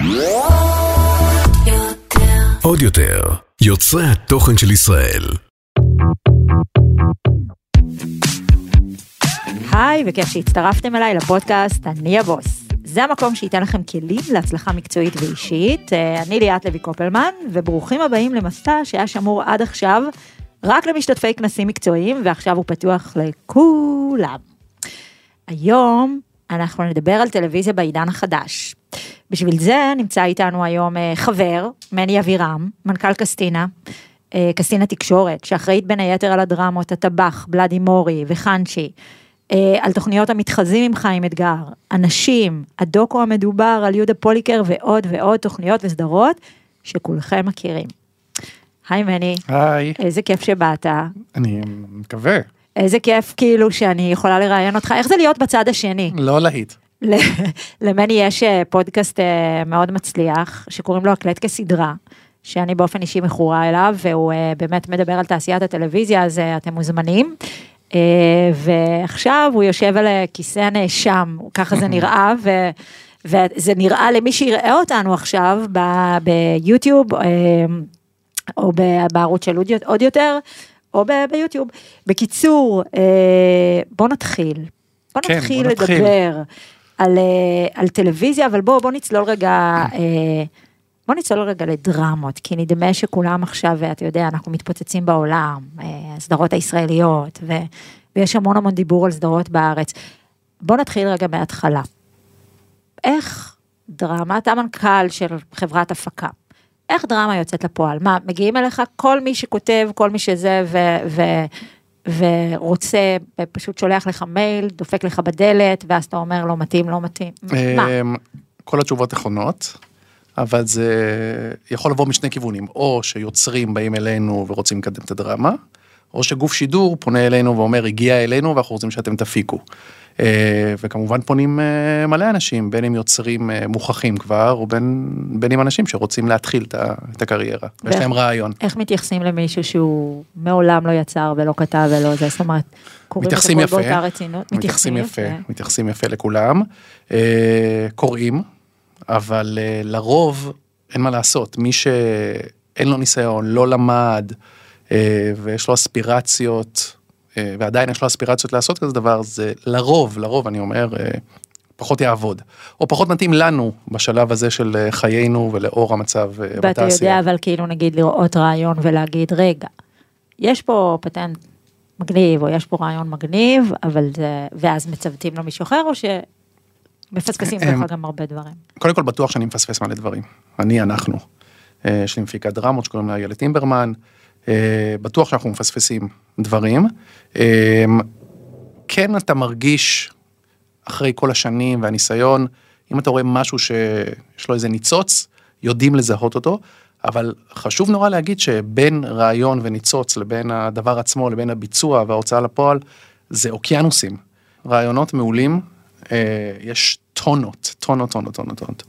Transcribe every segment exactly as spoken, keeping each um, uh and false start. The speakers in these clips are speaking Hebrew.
עוד יותר, יוצרי התוכן של ישראל. היי, וכיף שהצטרפתם אליי לפודקאסט אני הבוס. זה המקום שייתן לכם כלים להצלחה מקצועית ואישית. אני ליאת לוי קופלמן, וברוכים הבאים למסע שהיה שמור עד עכשיו רק למשתתפי כנסים מקצועיים, ועכשיו הוא פתוח לכולם. היום אנחנו נדבר על טלוויזיה בעידן החדש. בשביל זה נמצא איתנו היום חבר, מני אבירם, מנכ"ל קסטינה, קסטינה תקשורת, שאחראית בין היתר על הדרמות, הטבח, בלאדי מורי וחנצ'י, על תוכניות המתחזים עם חיים אתגר, אנשים, הדוקו המדובר על יהודה פוליקר ועוד ועוד תוכניות וסדרות שכולכם מכירים. היי מני. היי. איזה כיף שבאת. אני מקווה. איזה כיף כאילו שאני יכולה לראיין אותך. איך זה להיות בצד השני? לא להיט. למני יש פודקאסט מאוד מצליח, שקוראים לו הקלט כסדרה, שאני באופן אישי מכורה אליו, והוא באמת מדבר על תעשיית הטלוויזיה, אז אתם מוזמנים. ועכשיו הוא יושב על כיסא הנאשם, ככה זה נראה, וזה נראה למי שיראה אותנו עכשיו ביוטיוב, או בערוץ של עוד יותר, או ביוטיוב. בקיצור, בוא נתחיל. בוא נתחיל לדבר על, על טלוויזיה, אבל בוא, בוא נצלול רגע, בוא נצלול רגע לדרמות, כי נדמה שכולם עכשיו, ואתה יודע, אנחנו מתפוצצים בעולם, הסדרות הישראליות, ו, ויש המון המון דיבור על סדרות בארץ. בוא נתחיל רגע מההתחלה. איך דרמה, אתה מנכ"ל של חברת הפקה, איך דרמה יוצאת לפועל? מה, מגיעים אליך כל מי שכותב, כל מי שזה, ו, ו, ורוצה, פשוט שולח לך מייל, דופק לך בדלת, ואז אתה אומר, לא מתאים, לא מתאים. מה? כל התשובות נכונות, אבל זה יכול לבוא משני כיוונים, או שיוצרים באים אלינו ורוצים לקדם את הדרמה, או שגוף שידור פונה אלינו ואומר, הגיע אלינו ואנחנו רוצים שאתם תפיקו. וכמובן פונים מלא אנשים, בין אם יוצרים מוכחים כבר, או בין, בין אם אנשים שרוצים להתחיל את הקריירה, ויש להם רעיון. איך מתייחסים למישהו שהוא מעולם לא יצר ולא כתב ולא זה, זאת אומרת, מתייחסים יפה, מתייחסים יפה, מתייחסים יפה לכולם, קוראים, אבל לרוב אין מה לעשות, מי שאין לו ניסיון, לא למד, ויש לו אספירציות, ועדיין יש לו אספירציות לעשות כזה דבר, זה לרוב, לרוב אני אומר, פחות יעבוד, או פחות מתאים לנו בשלב הזה של חיינו ולאור המצב בתעשייה. ואתה יודע, אבל כאילו נגיד לראות רעיון ולהגיד, רגע, יש פה פטנט מגניב, או יש פה רעיון מגניב, אבל זה, ואז מצוותים לו מישהו אחר, או שמפספסים לך גם הרבה דברים? קודם כל בטוח שאני מפספס מלא דברים, אני, אנחנו, יש לי מפיקת דרמות שקוראים לה איילת טימברמן, בטוח שאנחנו מפספסים דברים, כן אתה מרגיש אחרי כל השנים והניסיון, אם אתה רואה משהו שיש לו איזה ניצוץ, יודעים לזהות אותו, אבל חשוב נורא להגיד שבין רעיון וניצוץ לבין הדבר עצמו, לבין הביצוע וההוצאה לפועל, זה אוקיינוסים. רעיונות מעולים, יש טונות, טונות, טונות, טונות, טונות.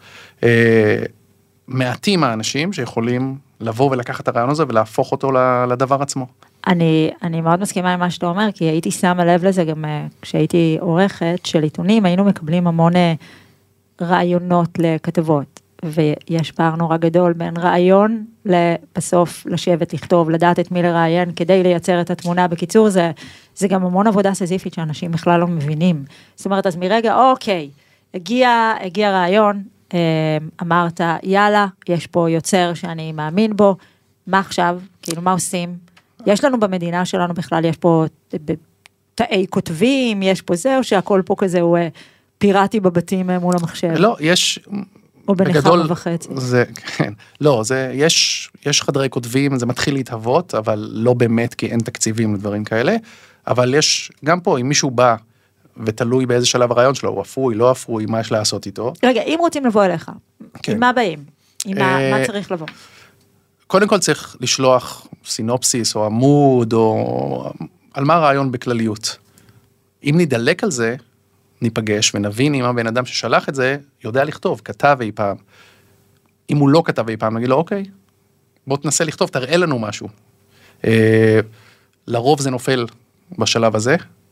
מעטים האנשים שיכולים לבוא ולקחת את הרעיון הזה ולהפוך אותו לדבר עצמו. אני, אני מאוד מסכימה עם מה שאתה אומר, כי הייתי שמה לב לזה גם כשהייתי עורכת של עיתונים, היינו מקבלים המון רעיונות לכתבות, ויש פער נורא גדול בין רעיון לבסוף לשבת, לכתוב, לדעת את מי לראיין, כדי לייצר את התמונה. בקיצור, זה, זה גם המון עבודה סזיפית שאנשים בכלל לא מבינים. זאת אומרת, אז מרגע, אוקיי, הגיע, הגיע רעיון, אמרת, יאללה, יש פה יוצר שאני מאמין בו, מה עכשיו? כאילו, מה עושים? יש לנו במדינה שלנו בכלל, יש פה תאי כותבים, יש פה זה, או שהכל פה כזה הוא פיראטי בבתים מול המחשב? לא, יש... או בנחמה וחצי. זה, כן. לא, זה, יש, יש חדרי כותבים, זה מתחיל להתהוות, אבל לא באמת, כי אין תקציבים לדברים כאלה, אבל יש, גם פה, אם מישהו בא, ותלוי באיזה שלב הרעיון שלו, הוא אפוי, לא אפוי, מה יש לעשות איתו. רגע, אם רוצים לבוא אליך, עם מה באים? עם מה צריך לבוא? קודם כל צריך לשלוח סינופסיס, או עמוד, או על מה הרעיון בכלליות. אם נדלק על זה, ניפגש ונבין אם הבן אדם ששלח את זה, יודע לכתוב, כתב אי פעם. אם הוא לא כתב אי פעם, נגיד לו, אוקיי, בוא תנסה לכתוב, תראה לנו משהו. לרוב זה נופל בשלב הזה.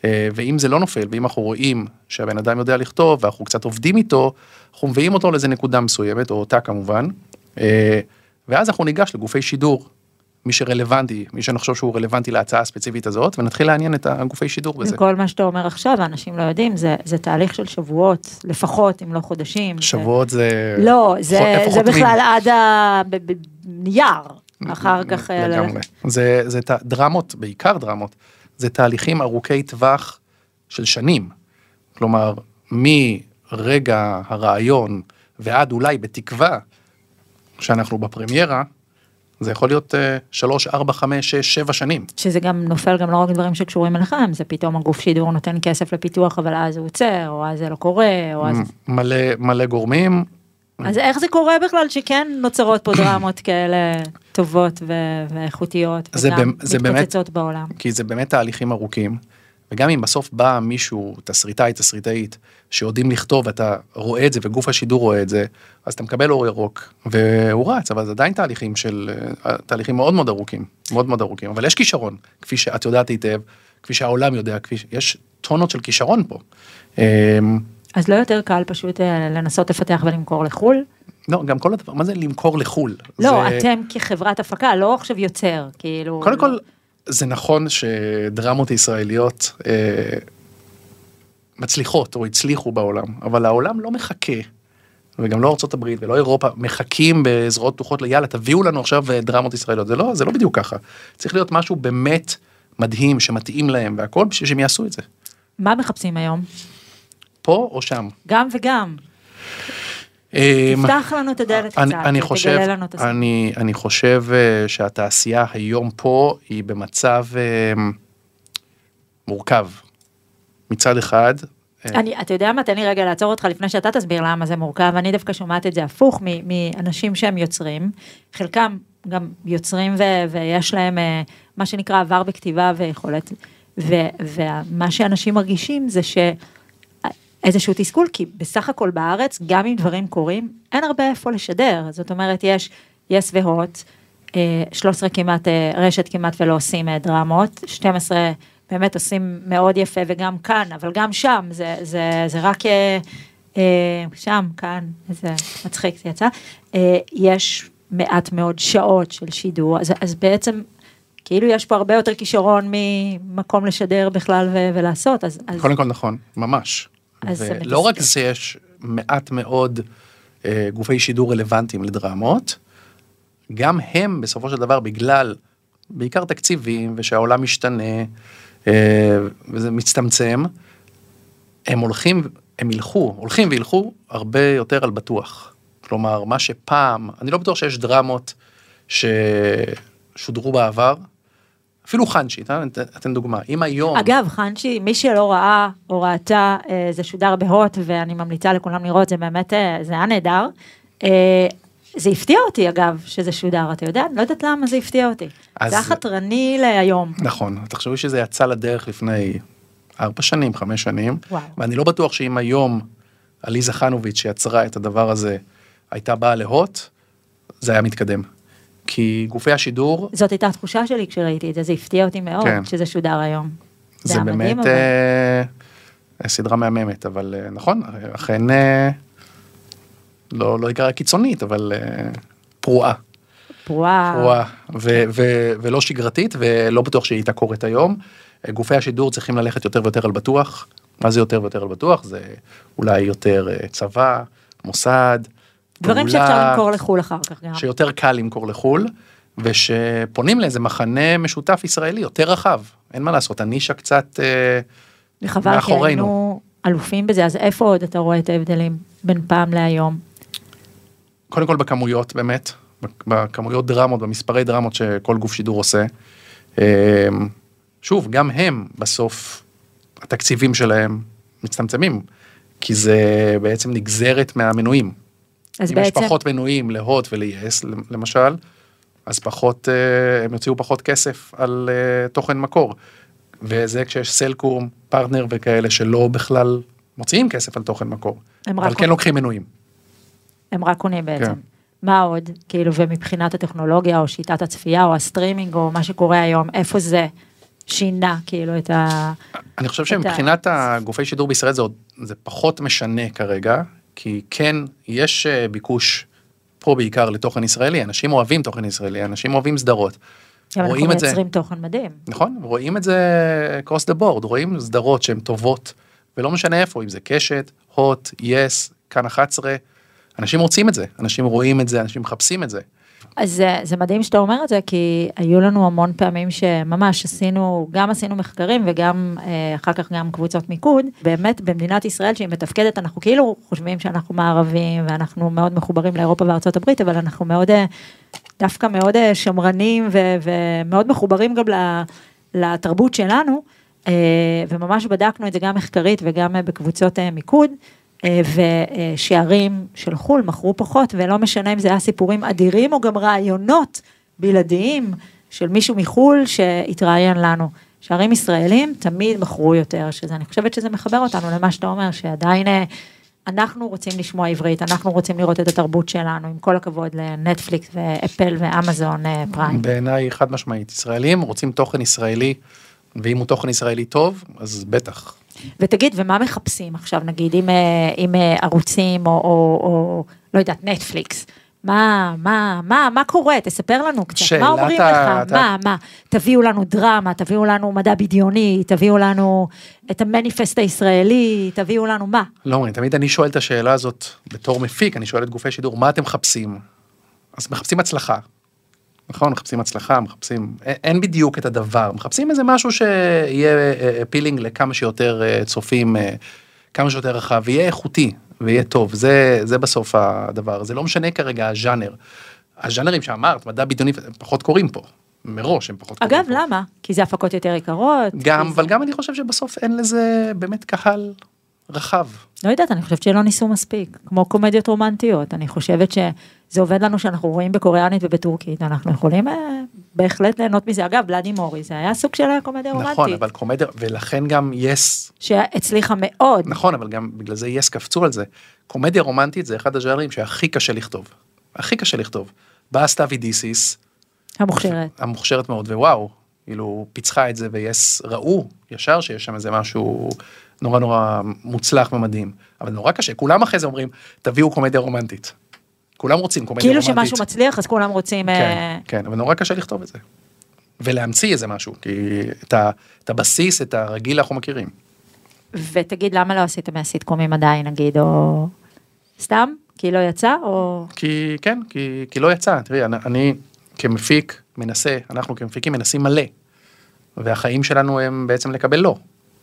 ואם זה לא נופל, ואם אנחנו רואים שהבן אדם יודע לכתוב, ואנחנו קצת עובדים איתו, אנחנו מביאים אותו לאיזה נקודה מסוימת, או אותה כמובן, ואז אנחנו ניגש לגופי שידור, מי שרלוונטי, מי שנחשוב שהוא רלוונטי להצעה הספציפית הזאת, ונתחיל לעניין את הגופי שידור בזה. כל מה שאתה אומר עכשיו, האנשים לא יודעים, זה, זה תהליך של שבועות, לפחות, אם לא חודשים. שבועות זה... זה... לא, זה, זה בכלל עד הנייר, אחר כך... לגמרי. זה, זה דרמות, בעיקר דרמות, זה תהליכים ארוכי טווח של שנים. כלומר, מרגע הרעיון, ועד אולי בתקווה, שאנחנו בפרמיירה, זה יכול להיות שלוש, ארבע, חמש, שש, שבע שנים. שזה גם נופל גם לא רק דברים שקשורים אליכם, זה פתאום הגוף שידור נותן כסף לפיתוח, אבל אז הוא עוצר, או אז זה לא קורה, או אז... מלא, מלא גורמים. אז איך זה קורה בכלל שכן נוצרות פה דרמות כאלה טובות ואיכותיות, וגם מתפוצצות בעולם? כי זה באמת תהליכים ארוכים, וגם אם בסוף בא מישהו, תסריטאי, תסריטאית, שיודעים לכתוב, ואתה רואה את זה, וגוף השידור רואה את זה, אז אתה מקבל אור ירוק, והוא רץ, אבל זה עדיין תהליכים של, תהליכים מאוד מאוד ארוכים, מאוד מאוד ארוכים, אבל יש כישרון, כפי שאת יודעת היטב, כפי שהעולם יודע, כפי, יש טונות של כישרון פה. אז לא יותר קל פשוט לנסות לפתח ולמכור לחול? לא, גם כל הדבר, מה זה למכור לחול? לא, זה... אתם כחברת הפקה, לא עכשיו יוצר, כאילו... קודם לא... כל, זה נכון שדרמות ישראליות אה, מצליחות או הצליחו בעולם, אבל העולם לא מחכה, וגם לא ארצות הברית ולא אירופה, מחכים בזרועות פתוחות ליאללה, תביאו לנו עכשיו דרמות ישראליות, זה לא, זה לא בדיוק ככה. צריך להיות משהו באמת מדהים, שמתאים להם, והכל בשביל שהם יעשו את זה. מה מחפשים היום? פה או שם? גם וגם. תפתח לנו את הדלת קצת, תגלה לנו את הסיפור. אני, אני חושב שהתעשייה היום פה היא במצב מורכב. מצד אחד... אני, אתה יודע מה, תן לי רגע לעצור אותך לפני שאתה תסביר למה זה מורכב, אני דווקא שומעת את זה הפוך מאנשים שהם יוצרים, חלקם גם יוצרים ויש להם מה שנקרא עבר בכתיבה ויכולת, ומה שאנשים מרגישים זה ש... איזשהו תסכול, כי בסך הכל בארץ, גם אם דברים קורים, אין הרבה איפה לשדר. זאת אומרת, יש יס והוט, שלוש עשרה כמעט, רשת כמעט ולא עושים דרמות, שתים עשרה באמת עושים מאוד יפה, וגם כאן, אבל גם שם, זה, זה, זה רק שם, כאן, זה מצחיק, זה יצא. יש מעט מאוד שעות של שידור, אז, אז בעצם, כאילו יש פה הרבה יותר כישרון ממקום לשדר בכלל ו- ולעשות. אז, אז... קודם כל נכון, ממש. ולא רק זה, יש מעט מאוד אה, גופי שידור רלוונטיים לדרמות, גם הם בסופו של דבר בגלל, בעיקר תקציבים, ושהעולם משתנה, אה, וזה מצטמצם, הם הולכים, הם ילכו, הולכים וילכו הרבה יותר על בטוח. כלומר, מה שפעם, אני לא בטוח שיש דרמות ששודרו בעבר, אפילו חנשי, אתן דוגמה, אם היום... אגב, חנשי, מי שלא ראה או ראתה, זה שודר בהוט, ואני ממליצה לכולם לראות, זה באמת, זה היה נהדר. זה הפתיע אותי, אגב, שזה שודר, אתה יודע? לא יודעת למה זה הפתיע אותי. זה היה חתרני להיום. נכון, תחשבו שזה יצא לדרך לפני ארבע שנים, חמש שנים, ואני לא בטוח שאם היום עליזה חנוביץ' שיצרה את הדבר הזה, הייתה באה להוט, זה היה מתקדם. כי גופי השידור... זאת הייתה התחושה שלי כשראיתי את זה, זה הפתיע אותי מאוד, כן. שזה שודר היום. זה, זה באמת מדהים, אה, אבל... סדרה מהממת, אבל אה, נכון, אכן אה, לא, לא יקרה קיצונית, אבל אה, פרועה. פרועה. פרועה, ו- ו- ולא שגרתית, ולא בטוח שהיא הייתה קורית היום. גופי השידור צריכים ללכת יותר ויותר על בטוח. מה זה יותר ויותר על בטוח? זה אולי יותר אה, צבא, מוסד, דברים שאפשר למכור לחול אחר כך גם. שיותר קל למכור לחול, ושפונים לאיזה מחנה משותף ישראלי, יותר רחב. אין מה לעשות, הנישה קצת מאחורינו. וחבל כי היינו אלופים בזה, אז איפה עוד אתה רואה את ההבדלים בין פעם להיום? קודם כל בכמויות באמת, בכמויות דרמות, במספרי דרמות שכל גוף שידור עושה. שוב, גם הם בסוף, התקציבים שלהם מצטמצמים, כי זה בעצם נגזרת מהמנויים. אם בעצם... יש פחות מנויים להוט ול-יס, למשל, אז פחות, הם יוציאו פחות כסף על תוכן מקור. וזה כשיש סלקום, פרטנר וכאלה שלא בכלל מוציאים כסף על תוכן מקור. אבל כן לוקחים מנויים. הם רק קונים בעצם. כן. מה עוד? כאילו, ומבחינת הטכנולוגיה, או שיטת הצפייה, או הסטרימינג, או מה שקורה היום, איפה זה שינה, כאילו, את ה... אני חושב שמבחינת הגופי שידור בישראל זה, זה פחות משנה כרגע, כי כן, יש ביקוש פה בעיקר לתוכן ישראלי, אנשים אוהבים תוכן ישראלי, אנשים אוהבים סדרות. אנחנו מייצרים תוכן מדהים. נכון, רואים את זה across the board, רואים סדרות שהן טובות, ולא משנה איפה, אם זה קשת, הוט, יס, כאן אחת עשרה, אנשים רוצים את זה, אנשים רואים את זה, אנשים מחפשים את זה. אז זה, זה מדהים שאתה אומר את זה, כי היו לנו המון פעמים שממש עשינו, גם עשינו מחקרים וגם אחר כך גם קבוצות מיקוד, באמת במדינת ישראל שהיא מתפקדת, אנחנו כאילו חושבים שאנחנו מערבים, ואנחנו מאוד מחוברים לאירופה וארצות הברית, אבל אנחנו מאוד, דווקא מאוד שמרנים ו- ומאוד מחוברים גם לתרבות שלנו, וממש בדקנו את זה גם מחקרית וגם בקבוצות מיקוד, ושערים של חול מכרו פחות, ולא משנה אם זה היה סיפורים אדירים, או גם רעיונות בלעדיים של מישהו מחול שהתראיין לנו. שערים ישראלים תמיד מכרו יותר, שזה, אני חושבת שזה מחבר אותנו למה שאתה אומר, שעדיין אנחנו רוצים לשמוע עברית, אנחנו רוצים לראות את התרבות שלנו, עם כל הכבוד לנטפליקס ואפל ואמזון פריים. בעיניי חד משמעית, ישראלים רוצים תוכן ישראלי, ואם הוא תוכן ישראלי טוב, אז בטח. ותגיד, ומה מחפשים עכשיו, נגיד, עם, עם ערוצים, או, או, או, לא יודעת, נטפליקס, מה, מה, מה, מה קורה? תספר לנו קצת, מה אומרים לך? אתה... מה, מה? תביאו לנו דרמה, תביאו לנו מדע בדיוני, תביאו לנו את המניפסט הישראלי, תביאו לנו מה? לא, תמיד אני שואל את השאלה הזאת, בתור מפיק, אני שואל את גופי שידור, מה אתם מחפשים? אז מחפשים הצלחה. נכון, מחפשים הצלחה, מחפשים, אין בדיוק את הדבר, מחפשים איזה משהו שיהיה פילינג לכמה שיותר צופים, כמה שיותר רחב, ויהיה איכותי, ויהיה טוב, זה, זה בסוף הדבר, זה לא משנה כרגע הז'אנר, הז'אנרים שאמרת, מדע בדיוני, פחות קוראים פה, מראש הם פחות קוראים אגב, פה. אגב, למה? כי זה הפקות יותר יקרות? גם, אבל זה... גם אני חושב שבסוף אין לזה באמת קהל רחב. לא יודעת, אני חושבת שלא ניסו מספיק, כמו קומדיות רומנטיות, אני חושבת שזה עובד לנו שאנחנו רואים בקוריאנית ובטורקית, אנחנו יכולים אה, בהחלט ליהנות מזה, אגב, ולאדי מורי, זה היה סוג של קומדיה רומנטית. נכון, אבל קומדיה, ולכן גם יס... שהצליחה מאוד. נכון, אבל גם בגלל זה יס קפצו על זה, קומדיה רומנטית זה אחד הז'אנרים שהכי קשה לכתוב, הכי קשה לכתוב. באה סטאבי דיסיס, המוכשרת. המוכשרת מאוד, ווואו, כאילו פיצחה את זה, ויס ראו ישר שיש שם איזה משהו... נורא נורא מוצלח ומדהים, אבל נורא קשה, כולם אחרי זה אומרים, תביאו קומדיה רומנטית, כולם רוצים קומדיה כאילו רומנטית. כאילו שמשהו מצליח, אז כולם רוצים... כן, כן, אבל נורא קשה לכתוב את זה, ולהמציא איזה משהו, כי את, ה, את הבסיס, את הרגיל אנחנו מכירים. ותגיד, למה לא עשיתם מהסיטקומים עדיין, נגיד, או סתם? כי לא יצא, או... כי, כן, כי, כי לא יצא, תראי, אני, אני כמפיק מנסה, אנחנו כמפיקים מנסים מלא, והחיים שלנו הם בעצם לקבל לא.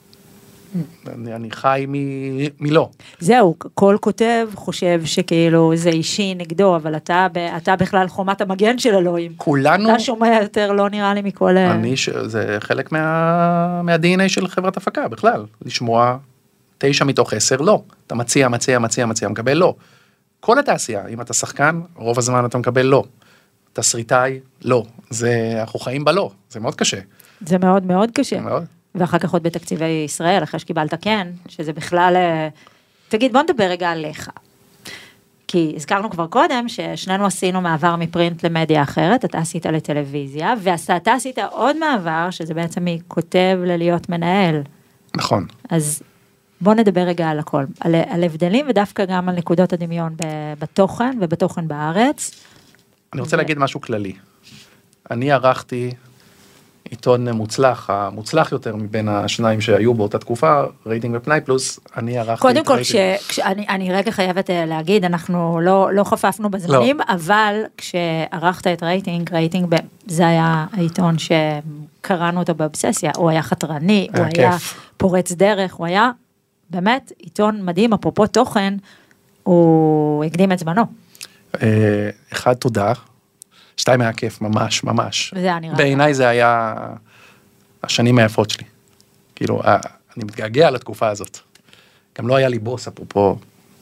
אני, אני חי מ, מלא. זהו, כל כותב חושב שכאילו זה אישי נגדו, אבל אתה, אתה בכלל חומת המגן של אלוהים. כולנו... אתה שומע יותר, לא נראה לי מכל... אני, זה חלק מה, מה-די אן איי של חברת הפקה, בכלל. לשמוע תשע מתוך עשר, לא. אתה מציע, מציע, מציע, מציע, מקבל לא. כל התעשייה, אם אתה שחקן, רוב הזמן אתה מקבל לא. תסריטאי, לא. זה, אנחנו חיים בלא, זה מאוד קשה. זה מאוד מאוד קשה. מאוד. ואחר כך עוד בתקציבי ישראל, אחרי שקיבלת כן, שזה בכלל, תגיד, בוא נדבר רגע עליך. כי הזכרנו כבר קודם, ששנינו עשינו מעבר מפרינט למדיה אחרת, אתה עשית לטלוויזיה, ואתה עשית עוד מעבר, שזה בעצם מכותב ללהיות מנהל. נכון. אז בוא נדבר רגע על הכל, על, על הבדלים, ודווקא גם על נקודות הדמיון בתוכן, ובתוכן בארץ. אני רוצה ו... להגיד משהו כללי. אני ערכתי... עיתון מוצלח, המוצלח יותר מבין השניים שהיו באותה תקופה, רייטינג ופנאי פלוס, אני ערכתי... קודם כל, כשאני רגע חייבת להגיד, אנחנו לא, לא חפפנו בזמנים, לא. אבל כשערכת את רייטינג, רייטינג זה היה העיתון שקראנו אותו באובססיה, הוא היה חתרני, הוא היה פורץ דרך, הוא היה באמת עיתון מדהים, אפרופו תוכן, הוא הקדים את זמנו. אחד, תודה. שתיים היה כיף, ממש, ממש. וזה היה נראה. בעיניי זה היה השנים היפות שלי. כאילו, אני מתגעגע לתקופה הזאת. גם לא היה לי בוס, אפרופו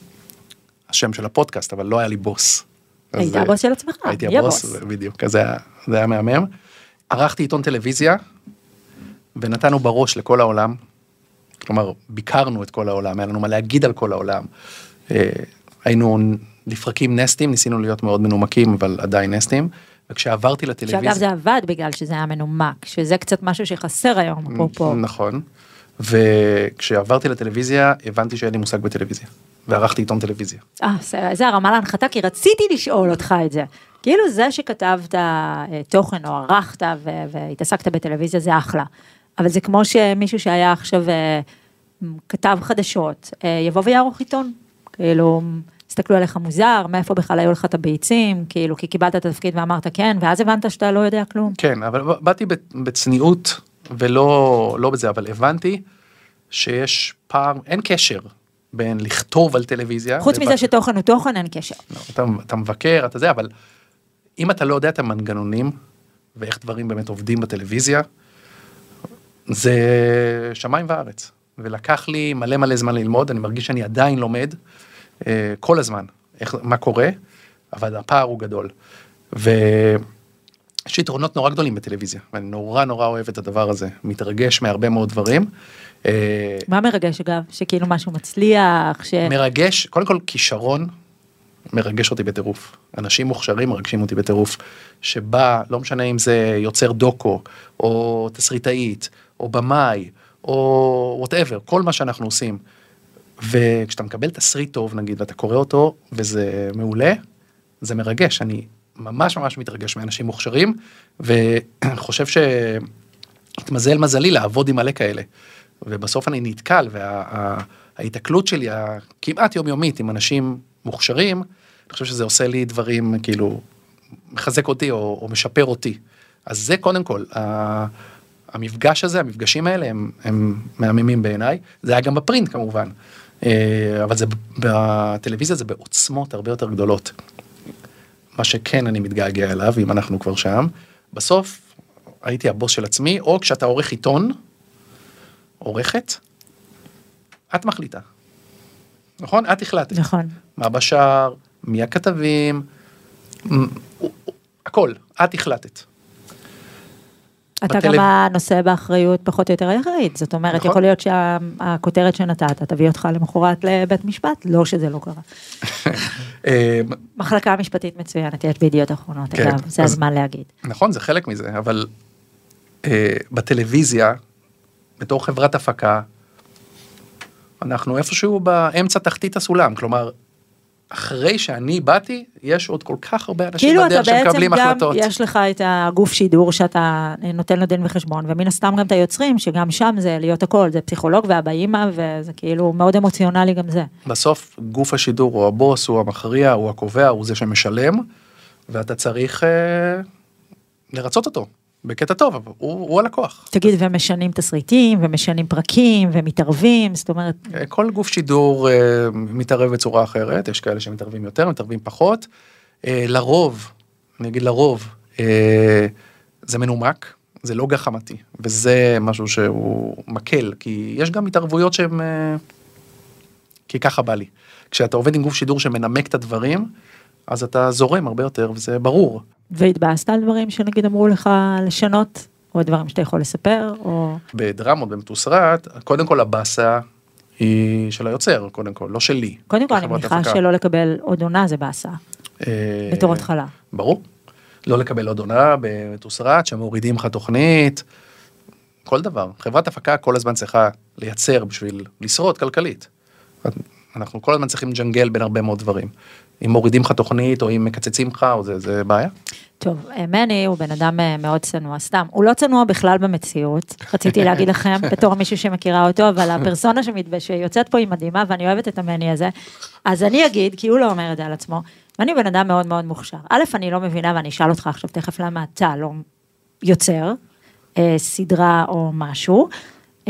השם של הפודקאסט, אבל לא היה לי בוס. היית הבוס של עצמך, הייתי הבוס, בדיוק, אז זה היה מהמם. ערכתי עיתון טלוויזיה, ונתנו בראש לכל העולם, כלומר, ביקרנו את כל העולם, היה לנו מה להגיד על כל העולם. היינו לפרקים נסטים, ניסינו להיות מאוד מנומקים, אבל עדיין נסטים, וכשעברתי לטלוויזיה... שאגב זה עבד בגלל שזה היה מנומק, שזה קצת משהו שחסר היום, אפרופו. נכון, וכשעברתי לטלוויזיה, הבנתי שאין לי מושג בטלוויזיה, וערכתי עיתון טלוויזיה. אה, זה הרמה להנחתה, כי רציתי לשאול אותך את זה. כאילו זה שכתבת תוכן או ערכת והתעסקת בטלוויזיה, זה אחלה. אבל זה כמו שמישהו שהיה עכשיו כתב חדשות, יבוא ויערוך עיתון. כאילו, הסתכלו עליך מוזר, מאיפה בכלל היו לך את הביצים, כאילו, כי קיבלת את התפקיד ואמרת כן, ואז הבנת שאתה לא יודע כלום. כן, אבל באתי בצניעות, ולא לא בזה, אבל הבנתי שיש פער, אין קשר בין לכתוב על טלוויזיה. חוץ מזה שתוכן הוא תוכן, אין קשר. לא, אתה, אתה מבקר, אתה זה, אבל אם אתה לא יודע את המנגנונים, ואיך דברים באמת עובדים בטלוויזיה, זה שמיים וארץ. ולקח לי מלא מלא זמן ללמוד, אני מרגיש שאני עדיין לומד, כל הזמן, איך, מה קורה, אבל הפער הוא גדול. ויש יתרונות נורא גדולים בטלוויזיה, ואני נורא נורא אוהב את הדבר הזה, מתרגש מהרבה מאוד דברים. מה מרגש אגב? שכאילו משהו מצליח? ש... מרגש, קודם כל כישרון, מרגש אותי בטירוף. אנשים מוכשרים מרגשים אותי בטירוף, שבא, לא משנה אם זה יוצר דוקו, או תסריטאית, או במאי, או whatever, כל מה שאנחנו עושים. וכשאתה מקבל תסריט טוב, נגיד, ואתה קורא אותו, וזה מעולה, זה מרגש. אני ממש ממש מתרגש מאנשים מוכשרים, וחושב שהתמזל מזלי לעבוד עם מלא כאלה. ובסוף אני נתקל, וההתקלות שלי, הכמעט יומיומית, עם אנשים מוכשרים, אני חושב שזה עושה לי דברים, כאילו, מחזק אותי, או, או משפר אותי. אז זה קודם כל, המפגש הזה, המפגשים האלה, הם, הם מהממים בעיניי. זה היה גם בפרינט, כמובן. אבל זה, בטלוויזיה זה בעוצמות הרבה יותר גדולות. מה שכן אני מתגעגע אליו, אם אנחנו כבר שם. בסוף, הייתי הבוס של עצמי, או כשאתה עורך עיתון, עורכת, את מחליטה. נכון? את החלטת. נכון. מה בשער, מי הכתבים, הכל, את החלטת. אתה גם הנושא באחריות פחות או יותר היחיד, זאת אומרת, יכול להיות שהכותרת שנתת, תביא אותך למחרת לבית משפט, לא שזה לא קרה. מחלקה משפטית מצוינת, יש בידיעות אחרונות, אגב, זה הזמן להגיד. נכון, זה חלק מזה, אבל בטלוויזיה, בתור חברת הפקה, אנחנו איפשהו באמצע תחתית הסולם, כלומר, אחרי שאני באתי, יש עוד כל כך הרבה אנשים בדרך שמקבלים החלטות. כאילו אתה בעצם גם, יש לך את הגוף שידור שאתה נותן לו דין וחשבון, ומן הסתם גם את היוצרים, שגם שם זה להיות הכל, זה פסיכולוג ואבא אימא, וזה כאילו מאוד אמוציונלי גם זה. בסוף, גוף השידור הוא הבוס, הוא המכריע, הוא הקובע, הוא זה שמשלם, ואתה צריך אה, לרצות אותו. בקטע טוב, אבל הוא, הוא הלקוח. תגיד, ומשנים תסריטים, ומשנים פרקים, ומתערבים, זאת אומרת... כל גוף שידור uh, מתערב בצורה אחרת, יש כאלה שמתערבים יותר, מתערבים פחות. Uh, לרוב, אני אגיד לרוב, uh, זה מנומק, זה לא גחמתי, וזה משהו שהוא מקל, כי יש גם התערבויות שהן... Uh, כי ככה בא לי. כשאתה עובד עם גוף שידור שמנמק את הדברים, אז אתה זורם הרבה יותר, וזה ברור. והתבאסת על דברים שנגיד אמרו לך לשנות, או דברים שאתה יכול לספר, או... בדרמות, במתוסרט, קודם כל הבאסה היא של היוצר, קודם כל, לא שלי. קודם כל, אני מניחה שלא לקבל עוד עונה זה באסה, בתור התחלה. ברור. לא לקבל עוד עונה במתוסרט, שמורידים לך תוכנית, כל דבר. חברת הפקה כל הזמן צריכה לייצר בשביל לשרוד כלכלית. אנחנו כל הזמן צריכים ג'נגל בין הרבה מאוד דברים. אם מורידים לך תוכנית, או אם מקצצים לך, או זה, זה בעיה. טוב, מני הוא בן אדם מאוד צנוע, סתם, הוא לא צנוע בכלל במציאות, רציתי להגיד לכם, בתור מישהו שמכירה אותו, אבל הפרסונה שיוצאת פה היא מדהימה, ואני אוהבת את המני הזה, אז אני אגיד, כי הוא לא אומר את זה על עצמו, ואני בן אדם מאוד מאוד מוכשר. א', אני לא מבינה, ואני אשאל אותך עכשיו תכף למה אתה לא יוצר, אה, סדרה או משהו, אה,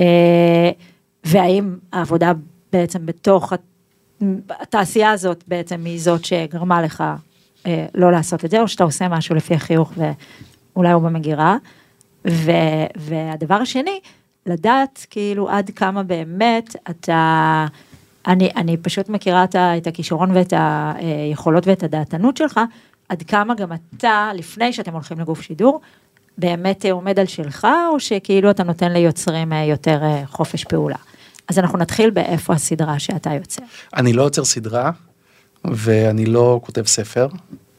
והאם העבודה בעצם בתוך התעשייה הזאת בעצם היא זאת שגרמה לך אה, לא לעשות את זה, או שאתה עושה משהו לפי החיוך ואולי הוא במגירה, ו, והדבר השני, לדעת כאילו עד כמה באמת אתה, אני, אני פשוט מכירה את הכישרון ואת היכולות ואת הדעתנות שלך, עד כמה גם אתה, לפני שאתם הולכים לגוף שידור, באמת עומד על שלך, או שכאילו אתה נותן ליוצרים יותר חופש פעולה. אז אנחנו נתחיל באיפה הסדרה שאתה יוצר. אני לא יוצר סדרה, ואני לא כותב ספר,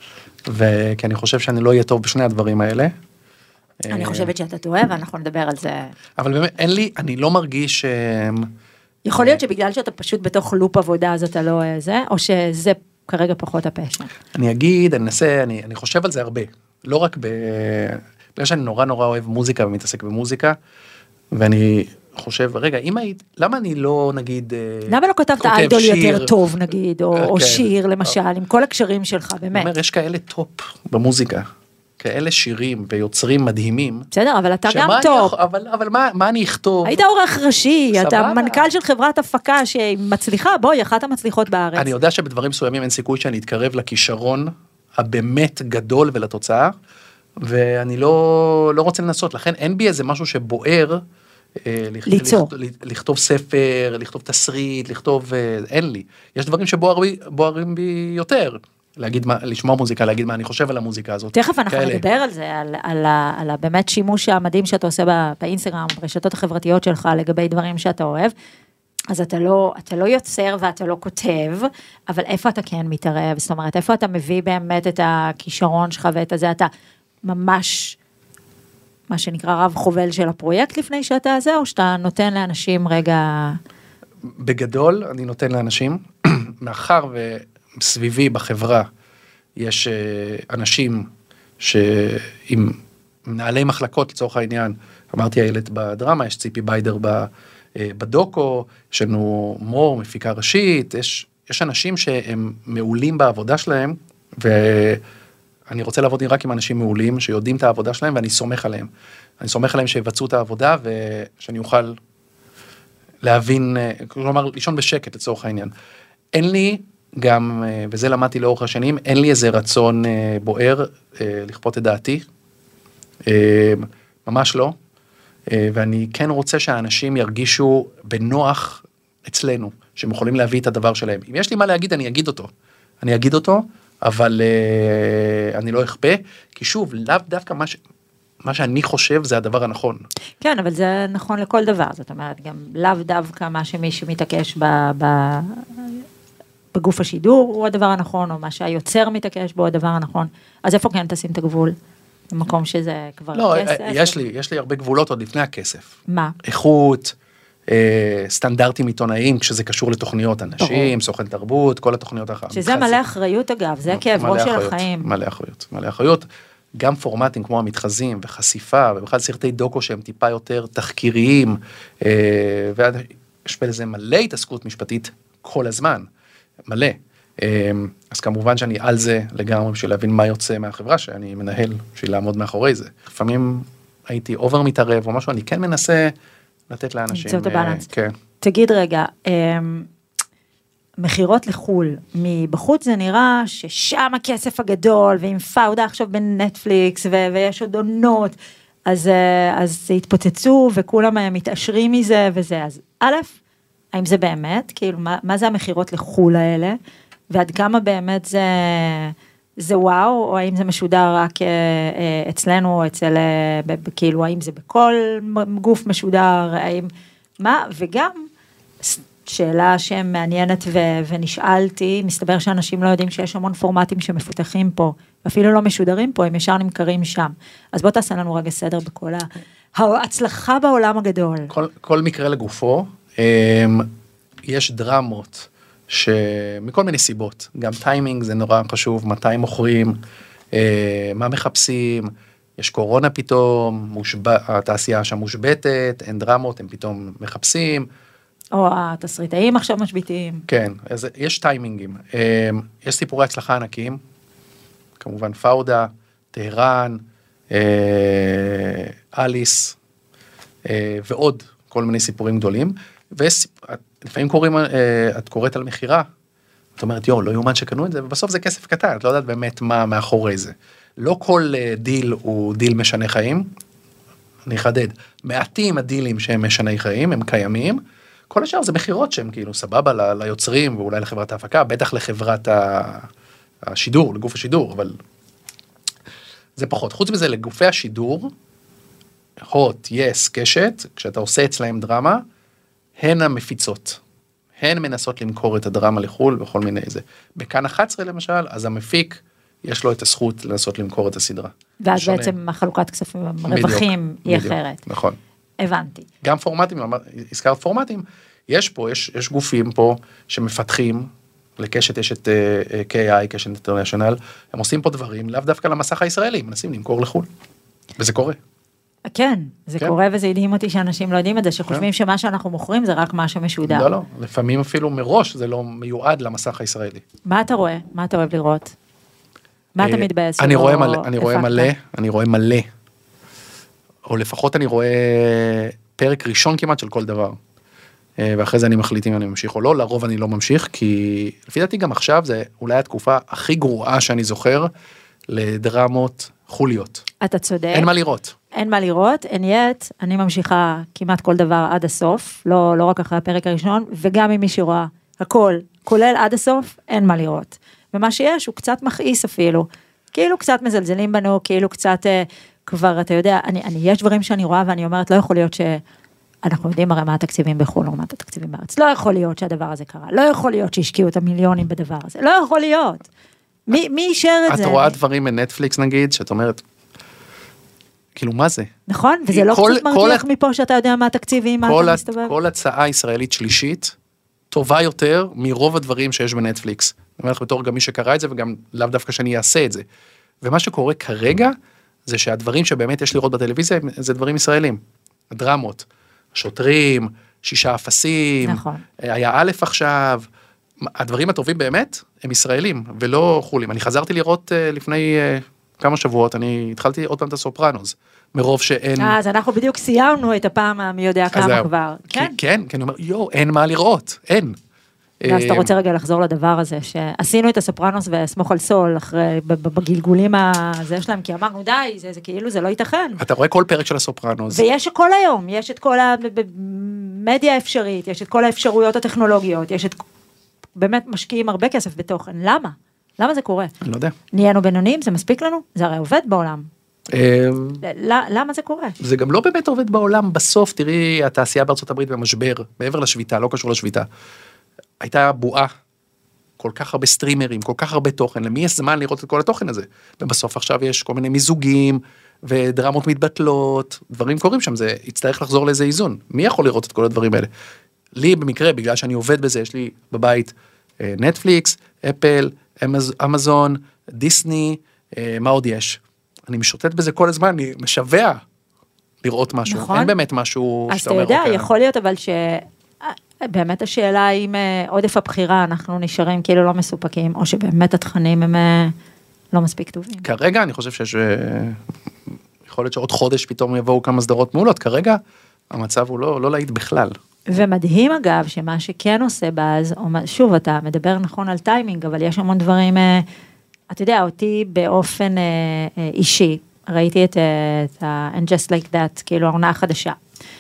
וכי אני חושב שאני לא אהיה טוב בשני הדברים האלה. אני חושבת שאתה טועה, ואנחנו נדבר על זה. אבל באמת, אין לי, אני לא מרגיש... יכול להיות שבגלל שאתה פשוט בתוך לופ עבודה, אז אתה לא זה, או שזה כרגע פחות הפשע. אני אגיד, אני אנסה, אני, אני חושב על זה הרבה. לא רק ב... בגלל שאני נורא נורא אוהב מוזיקה ומתעסק במוזיקה, ואני חושב, רגע, אם היית, למה אני לא, נגיד... למה לא כתבת איידול יותר טוב, נגיד, או, או שיר, למשל, עם כל הקשרים שלך, באמת. אני אומר, יש כאלה טופ במוזיקה. כאלה שירים ויוצרים מדהימים. בסדר, אבל אתה גם טוב. אני, אבל, אבל מה, מה אני אכתוב? היית עורך ראשי, סבבה. אתה מנכ"ל של חברת הפקה שמצליחה, בואי, אחת המצליחות בארץ. אני יודע שבדברים מסוימים אין סיכוי שאני אתקרב לכישרון הבאמת גדול ולתוצאה, ואני לא, לא רוצה לנסות, לכן אין בי איזה משהו שבוער, ליצור. לכתוב ספר, לכתוב תסריט, לכתוב, אין לי. יש דברים שבוערים בי יותר. להגיד מה, לשמוע מוזיקה, להגיד מה אני חושב על המוזיקה הזאת. תכף אנחנו כאלה. נדבר על זה, על, על, על, על באמת שימוש המדהים שאתה עושה באינסטגרם, ברשתות החברתיות שלך, לגבי דברים שאתה אוהב, אז אתה לא, אתה לא יוצר ואתה לא כותב, אבל איפה אתה כן מתערב? זאת אומרת, איפה אתה מביא באמת את הכישרון שלך ואת הזה, אתה ממש, מה שנקרא רב חובל של הפרויקט לפני שאתה זה, או שאתה נותן לאנשים רגע... בגדול, אני נותן לאנשים, מאחר ו... סביבי בחברה יש אנשים שעם מנהלי מחלקות לצורך העניין, אמרתי הילד בדרמה, יש ציפי ביידר בדוקו, יש לנו מור, מפיקה ראשית, יש, יש אנשים שהם מעולים בעבודה שלהם, ואני רוצה לעבוד רק עם אנשים מעולים שיודעים את העבודה שלהם, ואני סומך עליהם. אני סומך עליהם שיבצעו את העבודה, ושאני אוכל להבין, כלומר, לישון בשקט לצורך העניין. אין לי גם, וזה למדתי לאורך השנים, אין לי איזה רצון בוער לכפות את דעתי, ממש לא, ואני כן רוצה שהאנשים ירגישו בנוח אצלנו, שהם יכולים להביא את הדבר שלהם. אם יש לי מה להגיד, אני אגיד אותו, אני אגיד אותו, אבל אני לא אכפה, כי שוב, לאו דווקא מה ש... מה שאני חושב זה הדבר הנכון. כן, אבל זה נכון לכל דבר, זאת אומרת, גם לאו דווקא מה שמי שמתעקש ב... ב... בגוף השידור הוא הדבר הנכון, או מה שהיוצר מתעקש בו הדבר הנכון, אז איפה כן תשים את הגבול? במקום שזה כבר לא, כסף? יש לי, יש לי הרבה גבולות עוד לפני הכסף. מה? איכות, אה, סטנדרטים עיתונאיים, כשזה קשור לתוכניות אנשים, סוכן תרבות, כל התוכניות האחרות. שזה מלא אחריות אגב, זה כאב ראש של החיים. מלא אחריות, מלא אחריות. גם פורמטים כמו המתחזים וחשיפה, ובכלל סרטי דוקו שהם טיפה יותר תחקיריים, אה, ויש בזה מלא התעסקות משפטית כל הזמן. מלא. אז כמובן שאני על זה לגמרי בשביל להבין מה יוצא מהחברה שאני מנהל, בשביל לעמוד מאחורי זה. לפעמים הייתי אובר מתערב או משהו, אני כן מנסה לתת לאנשים. למצוא את הבלנס. כן. תגיד רגע, מחירות לחול, מבחוץ זה נראה ששם הכסף הגדול, ועם פאודה עכשיו בנטפליקס, ויש עוד עונות, אז זה התפוצצו וכולם מתעשרים מזה וזה. אז א', האם זה באמת, כאילו, מה, מה זה המחירות לחול האלה, ועד כמה באמת זה, זה וואו, או האם זה משודר רק אצלנו, או אצל, כאילו, האם זה בכל גוף משודר, האם, מה, וגם, שאלה שמעניינת ו, ונשאלתי, מסתבר שאנשים לא יודעים שיש המון פורמטים שמפותחים פה, ואפילו לא משודרים פה, הם ישר נמכרים שם. אז בוא תעשה לנו רגע סדר בכל ההצלחה בעולם הגדול. כל, כל מקרה לגופו, יש דרמות שמכל מיני סיבות, גם טיימינג זה נורא חשוב, מתי מוכרים, מה מחפשים, יש קורונה פתאום, התעשייה שם מושבטת, אין דרמות, הם פתאום מחפשים. או התסריטאים עכשיו משביתיים. כן, אז יש טיימינגים, יש סיפורי הצלחה ענקיים, כמובן פאודה, טהרן, אליס, ועוד כל מיני סיפורים גדולים, ולפעמים קוראים, את קוראת על מחירה, את אומרת, יו, לא יומן שקנו את זה, ובסוף זה כסף קטן, את לא יודעת באמת מה מאחורי זה. לא כל דיל הוא דיל משנה חיים, אני אחדד, מעטים הדילים שהם משני חיים, הם קיימים, כל השאר זה מחירות שהם כאילו סבבה ליוצרים, ואולי לחברת ההפקה, בטח לחברת השידור, לגוף השידור, אבל זה פחות. חוץ מזה, לגופי השידור, הוט, יס, קשת, כשאתה עושה אצלהם דרמה, הן המפיצות. הן מנסות למכור את הדרמה לחול בכל מיני זה. בכאן אחת עשרה למשל, אז המפיק יש לו את הזכות לנסות למכור את הסדרה. ואז בעצם החלוקת כספים, רווחים היא אחרת. נכון. הבנתי. גם פורמטים, הזכרת פורמטים, יש פה, יש, יש גופים פה שמפתחים, לקשת יש את uh, קיי איי, קשת אינטרנשיונל, הם עושים פה דברים, לאו דווקא למסך הישראלי, מנסים למכור לחול. וזה קורה. כן, זה כן. קורה וזה ידעים אותי שאנשים לא יודעים את זה, שחושבים כן. שמה שאנחנו מוכרים זה רק מה שמשודר. לא, לא, לפעמים אפילו מראש זה לא מיועד למסך הישראלי. מה אתה רואה? מה אתה אוהב לראות? מה אתה מתבאס? אני רואה מלא, אני רואה מלא, אני רואה מלא, או לפחות אני רואה פרק ראשון כמעט של כל דבר, ואחרי זה אני מחליט אם אני ממשיך או לא, לרוב אני לא ממשיך, כי לפי דעתי גם עכשיו זה אולי התקופה הכי גרועה שאני זוכר, לדרמות חוליות. אתה צודק. אין מה לראות. אין מה לראות, אין יet, אני ממשיכה כמעט כל דבר עד הסוף, לא, לא רק אחרי הפרק הראשון, וגם אם מישהו רואה הכל, כולל עד הסוף, אין מה לראות. ומה שיש הוא קצת מכעיס אפילו, כאילו קצת מזלזלים בנו, כאילו קצת אה, כבר, אתה יודע, אני, אני, יש דברים שאני רואה ואני אומרת, לא יכול להיות שאנחנו יודעים הרי מה התקציבים בחו"ל, או מה התקציבים בארץ, לא יכול להיות שהדבר הזה קרה, לא יכול להיות שהשקיעו את המיליונים בדבר הזה, לא יכול להיות. מי, מי אישר את את זה? את רואה דברים מנטפליקס נגיד, שאת אומרת, כאילו מה זה? נכון, וזה לא כל, קצת מרתיח כל, מפה שאתה יודע מה התקציבים, מה אתה מסתובב? כל הצעה ישראלית שלישית, טובה יותר מרוב הדברים שיש בנטפליקס. אני אומר לך בתור גם מי שקרא את זה, וגם לאו דווקא שאני אעשה את זה. ומה שקורה כרגע, זה שהדברים שבאמת יש לראות בטלוויזיה, זה דברים ישראלים. הדרמות, שוטרים, שישה אפסים, נכון. היה א' עכשיו, הדברים הטובים באמת, הם ישראלים, ולא חולים. אני חזרתי לראות לפני כמה שבועות, אני התחלתי עוד פעם את הסופרנוס, מרוב שאין... אז אנחנו בדיוק סיימנו את הפעם המי יודע כמה כבר. כן, כן, כי אני אומר, יו, אין מה לראות, אין. אז אתה רוצה רגע לחזור לדבר הזה, שעשינו את הסופרנוס וסמוך על סול, אחרי, בגלגולים הזה שלהם, כי אמרנו, די, זה, זה כאילו, זה לא ייתכן. אתה רואה כל פרק של הסופרנוס. ויש הכל היום, יש את כל המדיה האפשרית, יש את כל האפשרויות הטכנולוגיות, יש את, באמת משקיעים הרבה כסף בתוכן, למה? למה זה קורה? אני לא יודע. נהיינו בינוניים, זה מספיק לנו? זה הרי עובד בעולם. למה זה קורה? זה גם לא באמת עובד בעולם, בסוף, תראי, התעשייה בארצות הברית במשבר, מעבר לשביתה, לא קשור לשביתה. הייתה בועה, כל כך הרבה סטרימרים, כל כך הרבה תוכן, למי יש זמן לראות את כל התוכן הזה? ובסוף עכשיו יש כל מיני מיזוגים, ודרמות מתבטלות, דברים קורים שם, זה יצטרך לחזור לאיזה איזון. מי יכול לראות את כל הדברים האלה? לי במקרה, בגלל שאני עובד בזה, יש לי בבית נטפליקס, אפל, אמזון, דיסני, מה עוד יש? אני משוטט בזה כל הזמן, אני משווה לראות משהו. נכון. אין באמת משהו שאתה אומר, אז אתה יודע, יכול להיות אבל ש... באמת השאלה אם עודף הבחירה אנחנו נשארים כאילו לא מסופקים, או שבאמת התכנים הם לא מספיק טובים. כרגע אני חושב שיש, יכול להיות שעוד חודש פתאום יבואו כמה סדרות מעולות, כרגע המצב הוא לא, לא להיט בכלל. ומדהים אגב, שמה שכן עושה באז, שוב אתה מדבר נכון על טיימינג, אבל יש המון דברים, אתה יודע, אותי באופן אישי, ראיתי את ה-And Just Like That, כאילו העונה החדשה.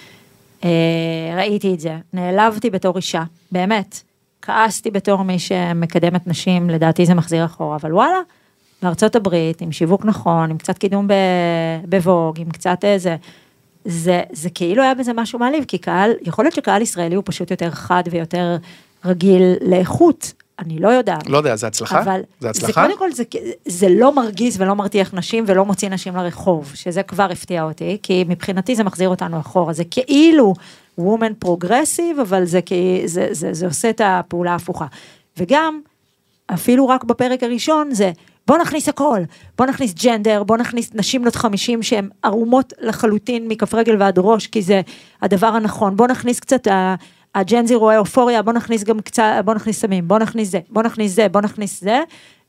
ראיתי את זה, נעלבתי בתור אישה, באמת, כעסתי בתור מי שמקדמת נשים, לדעתי זה מחזיר אחורה, אבל וואלה, בארצות הברית, עם שיווק נכון, עם קצת קידום בווג, עם קצת איזה, זה, זה כאילו היה בזה משהו מעליב, כי קהל, יכול להיות שקהל ישראלי הוא פשוט יותר חד ויותר רגיל לאיכות, אני לא יודעת. לא יודע, זה הצלחה? אבל זה הצלחה? זה קודם כל, זה, זה לא מרגיז ולא מרתיח נשים, ולא מוציא נשים לרחוב, שזה כבר הפתיע אותי, כי מבחינתי זה מחזיר אותנו אחורה, זה כאילו woman progressive, אבל זה, זה, זה, זה עושה את הפעולה ההפוכה. וגם, אפילו רק בפרק הראשון, זה, בוא נכניס הכל, בוא נכניס ג'נדר, בוא נכניס נשים נות חמישים, שהן ערומות לחלוטין מכף רגל ועד ראש, כי זה הדבר הנכון, בוא נכניס קצת ה... הג'נזי רואה אופוריה, בוא נכניס גם קצת, בוא נכניס סמים, בוא נכניס זה, בוא נכניס זה, בוא נכניס זה,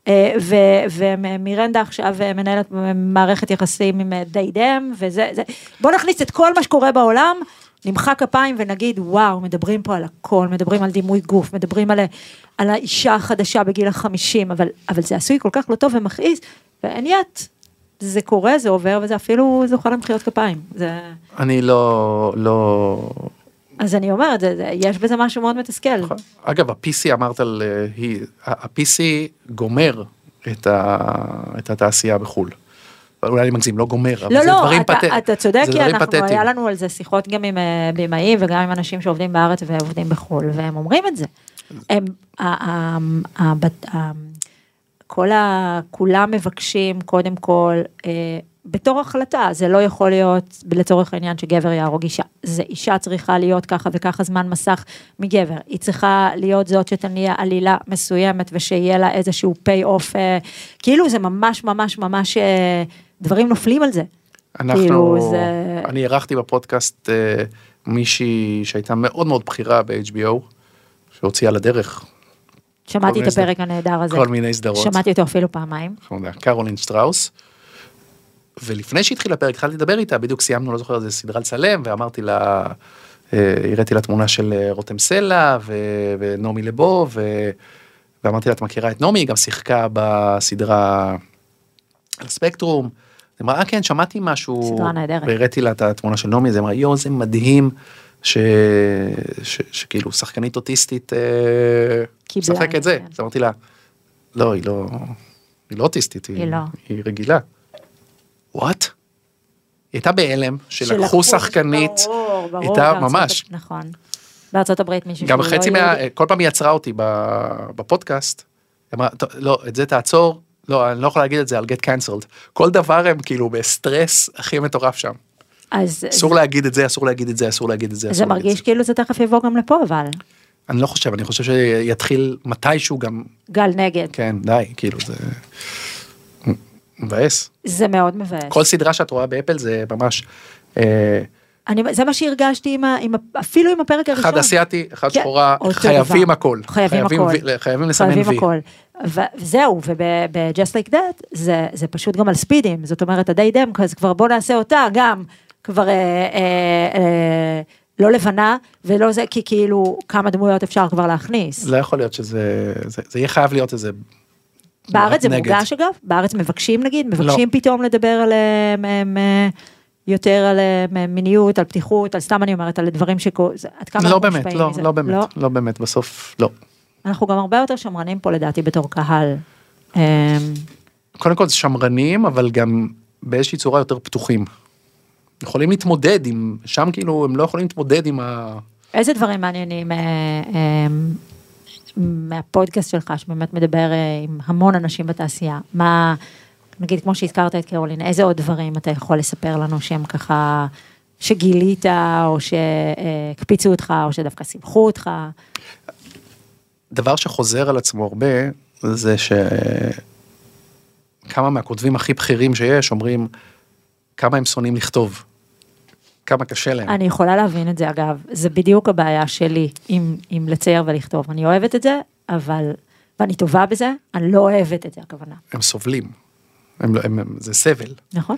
ומירנדה עכשיו מנהלת מערכת יחסים עם דיידם, וזה, זה, בוא נכניס את כל מה שקורה בעולם, נמחא כפיים ונגיד, וואו, מדברים פה על הכל, מדברים על דימוי גוף, מדברים על, על האישה החדשה בגיל החמישים, אבל, אבל זה עשוי כל כך לא טוב ומכעיס, ואין יד, זה קורה, זה עובר, וזה אפילו זוכה למחיאות כפיים. זה... אני לא, לא... אז אני אומרת, יש בזה משהו מאוד מתסכל. אגב, ה-פי סי אמרת על, ה-פי סי גומר את התעשייה בחול. אולי אני מגזים, לא גומר, אבל זה דברים פתטיים. לא, לא, אתה צודק, כי אנחנו, היה לנו על זה שיחות גם עם בימאים, וגם עם אנשים שעובדים בארץ ועובדים בחול, והם אומרים את זה. כל ה... כולם מבקשים, קודם כל, אה, בתור החלטה, זה לא יכול להיות לצורך העניין שגבר יהרוג אישה. זה אישה צריכה להיות ככה וככה זמן מסך מגבר. היא צריכה להיות זאת שתניע עלילה מסוימת, ושיהיה לה איזשהו pay off, אה, כאילו זה ממש ממש ממש, אה, דברים נופלים על זה. אנחנו, כאילו זה... אני ערכתי בפודקאסט אה, מישהי שהייתה מאוד מאוד בכירה ב-אייץ' בי או, שהוציאה לדרך. שמעתי את הפרק הנהדר הזה. כל מיני סדרות. שמעתי אותו אפילו פעמיים. קרולין שטראוס. ולפני שהתחיל הפרק, התחלתי לדבר איתה, בדיוק סיימנו, לא זוכר, איזה סדרה לצלם, ואמרתי לה, הראיתי לה תמונה של רותם סלע, ונעמי לבו, ואמרתי לה, את מכירה את נעמי, היא גם שיחקה בסדרה על ספקטרום, היא אמרה, אה כן, שמעתי משהו, סדרה נהדרת. והראיתי לה את התמונה של נעמי, היא אמרה, יו, זה מדהים, שכאילו שחקנית אוטיסטית, שחק את זה, אז אמרתי לה, לא, היא לא, היא לא אוטיסטית, היא רגילה. וואט? היא הייתה בהלם, שלקחו שחקנית, הייתה ממש. נכון. בארצות הברית מישהו גם חצי מה, כל פעם היא יצרה אותי בפודקאסט, היא אמרה, לא, את זה תעצור, לא, אני לא יכול להגיד את זה, על get cancelled. כל דבר הם כאילו בסטרס הכי מטורף שם. אסור להגיד את זה, אסור להגיד את זה, אסור להגיד את זה. זה מרגיש כאילו זה תכף יבוא גם לפה, אבל... אני לא חושב, אני חושב שיתחיל מתישהו גם... גל נגד. כן, די, כאילו זה... מבאס. זה מאוד מבאס. כל סדרה שאת רואה באפל זה ממש... אני, זה מה שהרגשתי עם ה, עם, אפילו עם הפרק הראשון. אחד אסיאתי, אחד כן, שחורה, חייבים הכל. חייבים, חייבים הכל. ו, חייבים לסמן חייבים וי. הכל. וזהו, וב-Just Like That, זה, זה פשוט גם על ספידים, זאת אומרת, הדי דם, אז כבר בוא נעשה אותה, גם כבר אה, אה, אה, לא לבנה, ולא זה, כי כאילו, כמה דמויות אפשר כבר להכניס. לא יכול להיות שזה, זה, זה יהיה חייב להיות איזה... בארץ זה מורגש אגב? בארץ מבקשים נגיד? מבקשים פתאום לדבר עליהם, הם... יותר על מיניות, על פתיחות, על סתם אני אומרת, על דברים שקו... לא באמת, לא, לא באמת, לא באמת, בסוף לא. אנחנו גם הרבה יותר שמרנים פה לדעתי בתור קהל. קודם כל זה שמרנים, אבל גם באיזושהי צורה יותר פתוחים. יכולים להתמודד עם, שם כאילו הם לא יכולים להתמודד עם ה... איזה דברים מעניינים מהפודקאסט שלך, שבאמת מדבר עם המון אנשים בתעשייה? מה... נגיד, כמו שהזכרת את קרולין, איזה עוד דברים אתה יכול לספר לנו שהם ככה, שגילית, או שהקפיצו אותך, או שדווקא שמחו אותך? דבר שחוזר על עצמו הרבה, זה שכמה מהכותבים הכי בכירים שיש, אומרים, כמה הם שונאים לכתוב, כמה קשה להם. אני יכולה להבין את זה, אגב, זה בדיוק הבעיה שלי, עם, עם לצייר ולכתוב. אני אוהבת את זה, אבל, ואני טובה בזה, אני לא אוהבת את זה, הכוונה. הם סובלים. הם, הם, הם, זה סבל. נכון.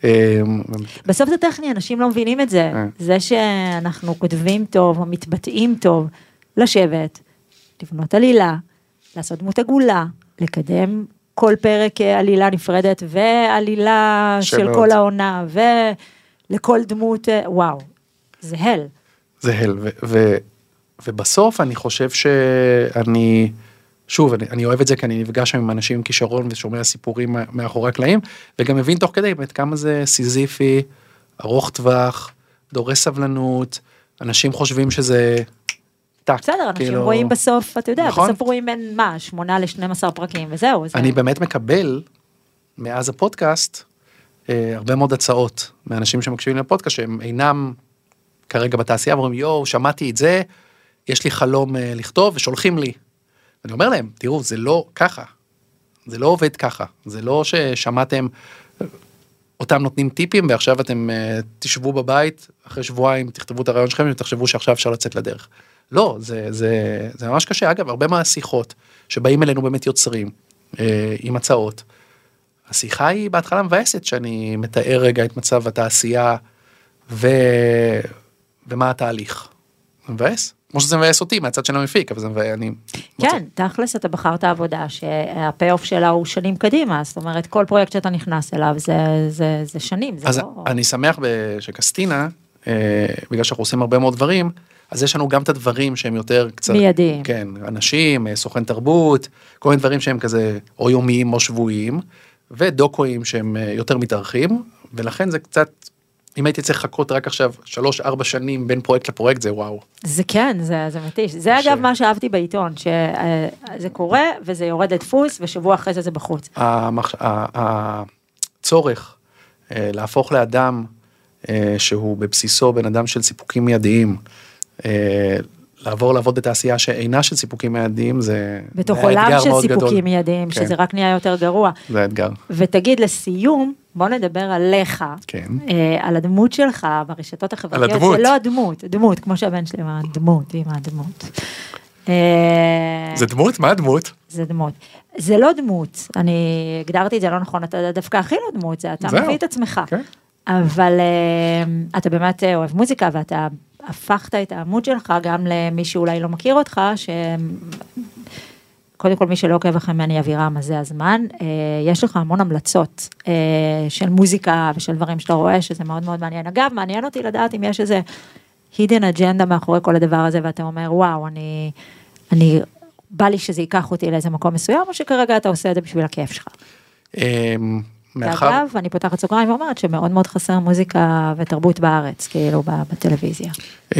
בסוף זה טכני, אנשים לא מבינים את זה. זה שאנחנו כותבים טוב, או מתבטאים טוב, לשבת, לבנות עלילה, לעשות דמות עגולה, לקדם כל פרק עלילה נפרדת, ועלילה של כל העונה, ולכל דמות, וואו, זה הל. זה הל, ו, ו, ובסוף אני חושב שאני... שוב, אני, אני אוהב את זה, כי אני נפגש עם אנשים עם כישרון ושומע סיפורים מאחורי הקלעים, וגם מבין תוך כדי באמת כמה זה סיזיפי, ארוך טווח, דורש סבלנות, אנשים חושבים שזה טק. בסדר, אנשים כאילו... רואים בסוף, אתה יודע, נכון? בסוף רואים בין מה, שמונה ל-שנים עשר פרקים, וזהו. זה... אני באמת מקבל, מאז הפודקאסט, אה, הרבה מאוד הצעות, מאנשים שמקשיבים לפודקאסט, שהם אינם כרגע בתעשייה, ואומרים, יו, שמעתי את זה, יש לי חלום אה, לכתוב, ושולחים לי. אני אומר להם, תראו, זה לא ככה, זה לא עובד ככה, זה לא ששמעתם, אותם נותנים טיפים, ועכשיו אתם uh, תשבו בבית, אחרי שבועיים תכתבו את הרעיון שלכם, ותחשבו שעכשיו אפשר לצאת לדרך. לא, זה, זה, זה ממש קשה. אגב, הרבה מהשיחות, שבאים אלינו באמת יוצרים, uh, עם הצעות, השיחה היא בהתחלה מבאסת, שאני מתאר רגע את מצב התעשייה, ו... ומה התהליך. מבאס? כמו שזה מבאס אותי, מהצד שאני מפיק, אבל זה מבאס, אני... כן, תכלס אתה בחרת עבודה, שהפי-אוף שלה הוא שנים קדימה, זאת אומרת, כל פרויקט שאתה נכנס אליו, זה, זה, זה שנים, זה אז לא... אני שמח שקסטינה, בגלל שאנחנו עושים הרבה מאוד דברים, אז יש לנו גם את הדברים שהם יותר קצת... מיידיים. כן, אנשים, סוכן תרבות, כל מיני דברים שהם כזה, או יומיים או שבועיים, ודוקואים שהם יותר מתארחים, ולכן זה קצת... אם הייתי צריך לחכות רק עכשיו שלוש, ארבע שנים בין פרויקט לפרויקט, זה וואו. זה כן, זה, זה מתיש. זה ש... אגב מה שאהבתי בעיתון, שזה קורה וזה יורד לדפוס, ושבוע אחרי זה זה בחוץ. המח... הצורך להפוך לאדם שהוא בבסיסו בן אדם של סיפוקים מיידיים, לעבור לעבוד בתעשייה שאינה של סיפוקים מיידיים, זה בתוך עולם של סיפוקים מיידיים, שזה רק נהיה יותר גרוע. זה אתגר. ותגיד לסיום, בוא נדבר עליך, על הדמות שלך ברשתות החברתיות, זה לא הדמות, דמות, כמו שהבן שלי אמר, דמות, אמא, דמות. זה דמות? מה הדמות? זה דמות. זה לא דמות, אני הגדרתי את זה לא נכון, אתה דווקא הכי לא דמות, זה אתה מביא את עצמך. אבל אתה באמת אוהב מוזיקה, ואתה הפכת את העמוד שלך גם למי שאולי לא מכיר אותך, שקודם כל מי שלא עוקב אחרי ממני אווירם, אז זה הזמן, יש לך המון המלצות של מוזיקה ושל דברים שאתה רואה, שזה מאוד מאוד מעניין. אגב, מעניין אותי לדעת אם יש איזה hidden agenda מאחורי כל הדבר הזה, ואתה אומר, וואו, אני, אני, בא לי שזה ייקח אותי לאיזה מקום מסוים, או שכרגע אתה עושה את זה בשביל הכיף שלך. אגב, אני פותחת סוגריים ואומרת שמאוד מאוד חסר מוזיקה ותרבות בארץ, כאילו בטלוויזיה.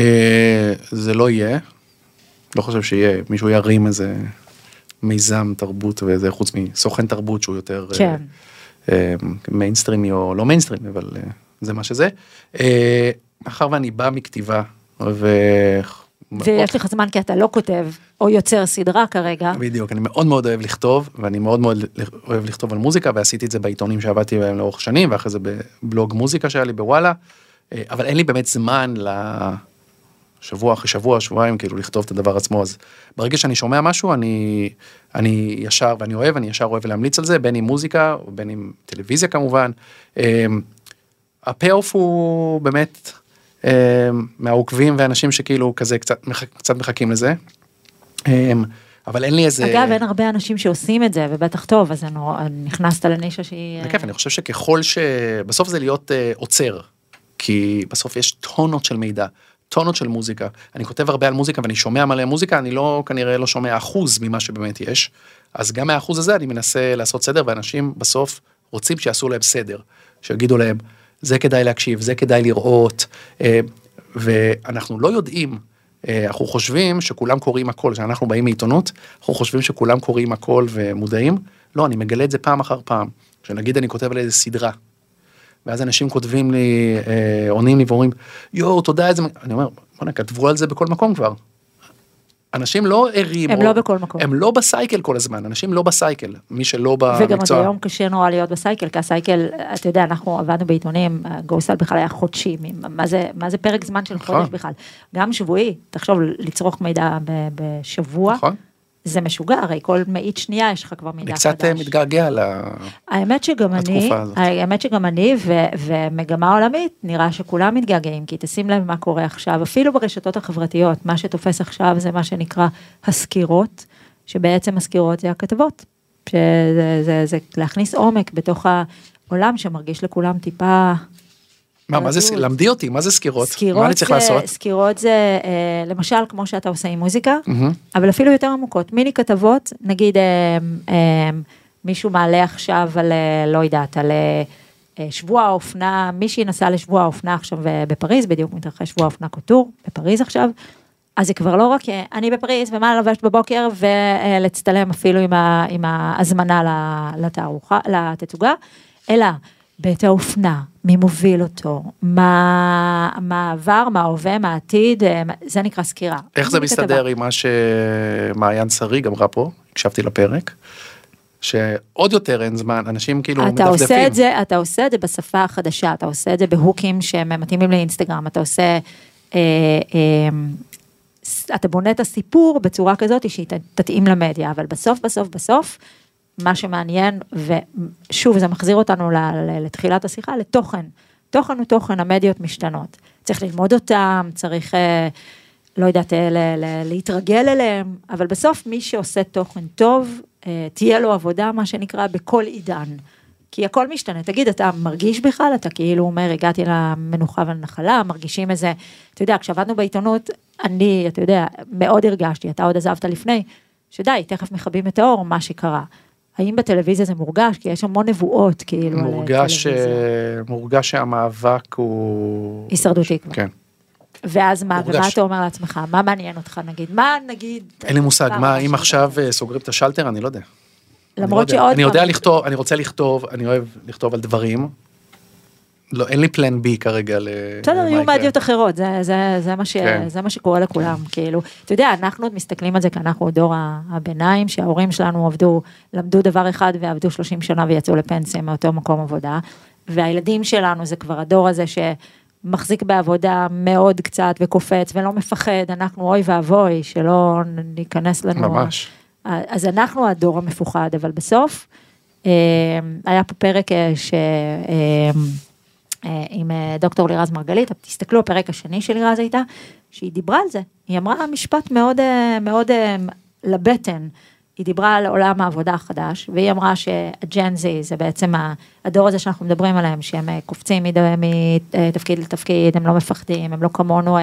זה לא יהיה, לא חושב שיהיה, מישהו ירים איזה מיזם תרבות, וזה חוץ מסוכן תרבות שהוא יותר מיינסטרימי או לא מיינסטרימי, אבל זה מה שזה. מאחר ואני בא מכתיבה, ו... ויש לך זמן כי אתה לא כותב, או יוצר סדרה כרגע. בדיוק, אני מאוד מאוד אוהב לכתוב, ואני מאוד מאוד אוהב לכתוב על מוזיקה, ועשיתי את זה בעיתונים שעבדתי בהם לאורך שנים, ואחרי זה בבלוג מוזיקה שהיה לי בוואלה, אבל אין לי באמת זמן לשבוע אחרי שבוע, שבועיים, כאילו לכתוב את הדבר עצמו, אז ברגע שאני שומע משהו, אני, אני ישר, ואני אוהב, אני ישר אוהב להמליץ על זה, בין עם מוזיקה, או בין עם טלוויזיה כמובן. הפי-אוף הוא באמת... מהעוקבים ואנשים שכאילו כזה קצת, קצת מחכים לזה, אבל אין לי איזה... אגב, אין הרבה אנשים שעושים את זה, ובטח טוב, אז נכנסת לנישה שהיא... בכיף, אני חושב שככל ש... בסוף זה להיות עוצר, כי בסוף יש טונות של מידע, טונות של מוזיקה, אני כותב הרבה על מוזיקה, ואני שומע מלא מוזיקה, אני לא, כנראה לא שומע אחוז ממה שבאמת יש, אז גם מהאחוז הזה אני מנסה לעשות סדר, ואנשים בסוף רוצים שיעשו להם סדר, שיגידו להם, זה כדאי להקשיב, זה כדאי לראות, ואנחנו לא יודעים, אנחנו חושבים שכולם קוראים הכל, שאנחנו באים מעיתונות, אנחנו חושבים שכולם קוראים הכל ומודעים, לא, אני מגלה את זה פעם אחר פעם, שנגיד אני כותב על איזה סדרה, ואז אנשים כותבים לי, עונים לי ואומרים, יו, תודה איזה, אני אומר, בוא נכתבו על זה בכל מקום כבר, אנשים לא ערים, הם או, לא בכל מקום. הם לא בסייקל כל הזמן, אנשים לא בסייקל, מי שלא במקצוע. וגם עוד היום קשה נורא להיות בסייקל, כי הסייקל, אתה יודע, אנחנו עבדנו בעיתונים, גוסל בכלל היה חודשי, מה זה, מה זה פרק זמן של חודש בכלל? גם שבועי, תחשוב, לצרוך מידע בשבוע, נכון. זה משוגע, הרי כל מאית שנייה יש לך כבר מידע חדש. אני קצת מתגעגע האמת שגם אני, האמת שגם אני, ומגמה עולמית, נראה שכולם מתגעגעים, כי תשים לב מה קורה עכשיו, אפילו ברשתות החברתיות, מה שתופס עכשיו זה מה שנקרא הסקירות, שבעצם הסקירות זה הכתבות, שזה זה להכניס עומק בתוך העולם שמרגיש לכולם טיפה... מה, מה זה, למדי אותי, מה זה סקירות? מה אני צריך לעשות? סקירות זה, למשל, כמו שאתה עושה עם מוזיקה, אבל אפילו יותר עמוקות, מיני כתבות, נגיד, מישהו מעלה עכשיו על, לא יודעת, על שבוע האופנה, מישהי נסע לשבוע האופנה עכשיו בפריז, בדיוק מתרחש שבוע האופנה קוטור, בפריז עכשיו, אז זה כבר לא רק, אני בפריז, ומה לבשת בבוקר, ולהצטלם אפילו עם ההזמנה לתערוכה, לתצוגה, אלא, בית האופנה, מי מוביל אותו, מה, מה עבר, מה הווה, מה עתיד, זה נקרא סקירה. איך זה מסתדר עם מה שמעיין שריג אמרה פה, הקשבתי לפרק, שעוד יותר אין זמן, אנשים כאילו אתה מדפדפים. עושה את זה, אתה עושה את זה בשפה החדשה, אתה עושה את זה בהוקים שהם מתאימים לאינסטגרם, אתה עושה, אה, אה, אתה בונה את הסיפור בצורה כזאת שהיא תתאים למדיה, אבל בסוף, בסוף, בסוף, מה שמעניין, ושוב, זה מחזיר אותנו לתחילת השיחה, לתוכן. תוכן הוא תוכן, המדיות משתנות. צריך ללמוד אותם, צריך, לא יודעת, להתרגל אליהם, אבל בסוף מי שעושה תוכן טוב, תהיה לו עבודה, מה שנקרא, בכל עידן. כי הכל משתנה. תגיד, אתה מרגיש בכלל, אתה כאילו אומר, הגעתי למנוחה ולנחלה, מרגישים איזה, אתה יודע, כשעבדנו בעיתונות, אני, אתה יודע, מאוד הרגשתי, אתה עוד עזבת לפני, שדי, תכף מכבים את האור, מה שקרה. האם בטלוויזיה זה מורגש? כי יש המון נבואות, כאילו, מורגש, מורגש שהמאבק הוא... הישרדותי כבר. כן. ואז מה, ומה אתה אומר לעצמך? מה מעניין אותך, נגיד? מה, נגיד... אין לי מושג, מה, אם עכשיו סוגרים את השלטר, אני לא יודע. למרות שעוד... אני יודע לכתוב, אני רוצה לכתוב, אני אוהב לכתוב על דברים, לא, אין לי פלן בי כרגע ל... בסדר, יהיו מדיות אחרות, זה, זה, זה מה ש, זה מה שקורה לכולם, כאילו, אתה יודע, אנחנו עוד מסתכלים על זה, כי אנחנו דור הביניים, שההורים שלנו עבדו, למדו דבר אחד, ועבדו שלושים שנה, ויצאו לפנסיה מאותו מקום עבודה, והילדים שלנו, זה כבר הדור הזה, שמחזיק בעבודה מאוד קצת, וקופץ, ולא מפחד, אנחנו אוי ואבוי, שלא ניכנס לנו... ממש. אז אנחנו הדור המפוחד, אבל בסוף, היה פה פרק ש... עם דוקטור לירז מרגלית, תסתכלו הפרק השני של לירז הייתה, שהיא דיברה על זה, היא אמרה משפט מאוד, מאוד לבטן, היא דיברה על עולם העבודה החדש, והיא אמרה שהג'נזי זה בעצם הדור הזה שאנחנו מדברים עליהם, שהם קופצים מתפקיד לתפקיד, הם לא מפחדים, הם לא כמונו,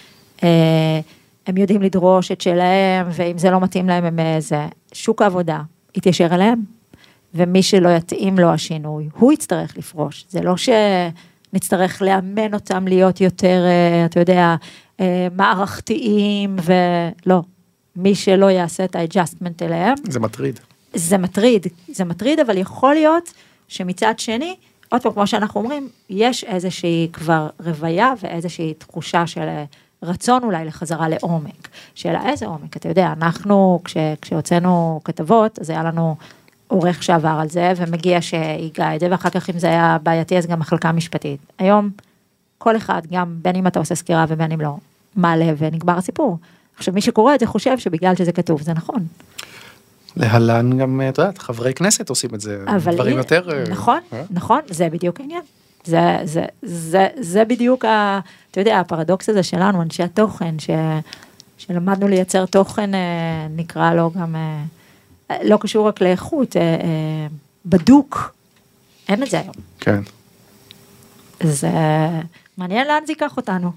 הם יודעים לדרוש את שלהם, ואם זה לא מתאים להם, הם זה, שוק העבודה יתיישר אליהם, ומי שלא יתאים לו השינוי, הוא יצטרך לפרוש, זה לא שנצטרך לאמן אותם להיות יותר, אתה יודע, מערכתיים, ולא, מי שלא יעשה את ה-adjustment אליהם. זה מטריד. זה מטריד, זה מטריד, אבל יכול להיות שמצד שני, עוד פעם, כמו שאנחנו אומרים, יש איזושהי כבר רוויה, ואיזושהי תחושה של רצון אולי לחזרה לעומק. שאלה איזה עומק, אתה יודע, אנחנו, כש, כשהוצאנו כתבות, אז היה לנו עורך שעבר על זה, ומגיע שהיגע את זה, ואחר כך אם זה היה בעייתי, אז גם מחלקה משפטית. היום, כל אחד, גם בין אם אתה עושה סקירה ובין אם לא, מעלה ונגבר הסיפור. עכשיו, מי שקורא את זה חושב שבגלל שזה כתוב, זה נכון. להלן גם, אתה יודעת, חברי כנסת עושים את זה, דברים יותר... נכון, נכון, זה בדיוק העניין. זה, זה, זה, זה בדיוק, ה, אתה יודע, הפרדוקס הזה שלנו, אנשי התוכן, ש, שלמדנו לייצר תוכן, נקרא לו גם... לא קשור רק לאיכות, בדוק, אין את זה היום. כן. זה מעניין לאן זה ייקח אותנו.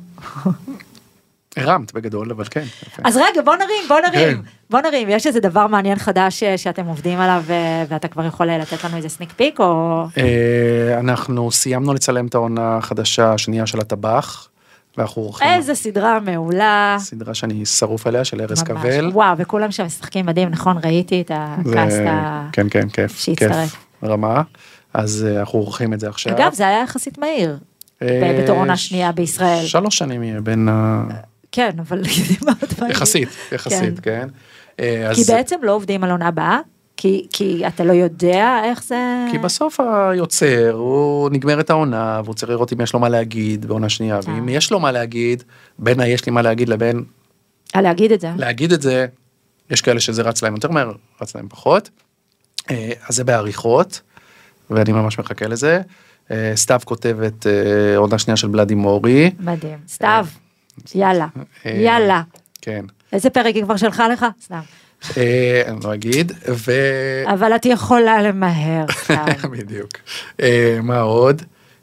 הרמת בגדול, אבל כן. אז רגע, בוא נרים, בוא נרים, בוא נרים, יש איזה דבר מעניין חדש שאתם עובדים עליו, ואתה כבר יכול לתת לנו איזה סניק פיק, או... אנחנו סיימנו לצלם את העונה החדשה השנייה של הטבח, ואנחנו עורכים... איזה סדרה מעולה. סדרה שאני שרוף עליה, של ארז קבל. וואו, וכולם שם משחקים מדהים, נכון? ראיתי את הקאסט ה... כן, כן, כיף. שהצטרף. רמה. אז אנחנו עורכים את זה עכשיו. אגב, זה היה יחסית מהיר, בתור עונה שנייה בישראל. שלוש שנים יהיה בין ה... כן, אבל יחסית, יחסית, כן. כי בעצם לא עובדים על עונה הבאה, כי אתה לא יודע איך זה... כי בסוף היוצר, הוא נגמר את העונה, והוא צריך לראות אם יש לו מה להגיד בעונה שנייה, ואם יש לו מה להגיד, בין היש לי מה להגיד לבין... להגיד את זה. להגיד את זה, יש כאלה שזה רץ להם יותר מהר, רץ להם פחות, אז זה בעריכות, ואני ממש מחכה לזה. סתיו כותבת עונה שנייה של בלאדי מורי. מדהים. סתיו, יאללה, יאללה. כן. איזה פרק היא כבר שלחה לך? סתיו. אני לא אגיד, ו... אבל את יכולה למהר. בדיוק. מה עוד?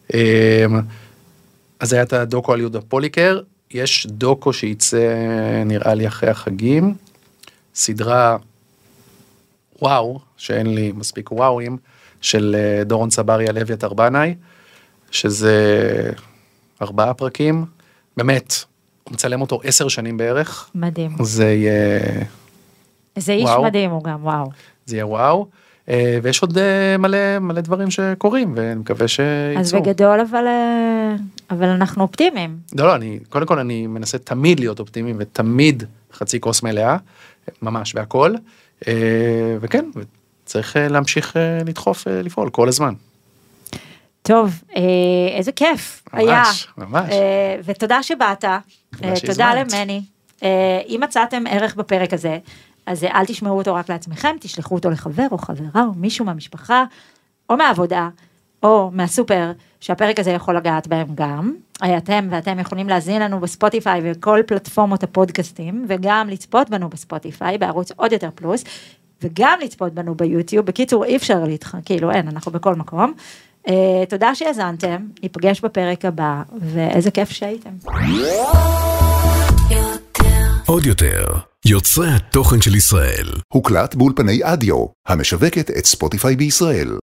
אז היה את הדוקו על יהודה פוליקר, יש דוקו שייצא נראה לי אחרי החגים, סדרה וואו, שאין לי מספיק וואוים, של דורון צברי על אביתר בנאי, שזה ארבעה פרקים, באמת, הוא מצלם אותו עשר שנים בערך. מדהים. זה יהיה... זה איש וואו. מדהים הוא גם, וואו. זה יהיה וואו, ויש עוד מלא, מלא דברים שקורים, ואני מקווה שיצאו. אז בגדול, אבל, אבל אנחנו אופטימיים. לא, לא, אני, קודם כל אני מנסה תמיד להיות אופטימיים, ותמיד חצי כוס מלאה, ממש בהכל, וכן, צריך להמשיך לדחוף, לפעול כל הזמן. טוב, איזה כיף ממש, היה. ממש. ותודה שבאת, תודה למני. אם מצאתם ערך בפרק הזה, אז אל תשמעו אותו רק לעצמכם, תשלחו אותו לחבר או חברה או מישהו מהמשפחה, או מהעבודה, או מהסופר, שהפרק הזה יכול לגעת בהם גם. אתם ואתם יכולים להזין לנו בספוטיפיי וכל פלטפורמות הפודקאסטים, וגם לצפות בנו בספוטיפיי, בערוץ עוד יותר פלוס, וגם לצפות בנו ביוטיוב. בקיצור, אי אפשר להתח... כאילו אין, אנחנו בכל מקום. Uh, תודה שהזנתם, ניפגש בפרק הבא, ואיזה כיף שהייתם. עוד יותר, יוצרי התוכן של ישראל. הוקלט באולפני אדיו, המשווקת את ספוטיפיי בישראל.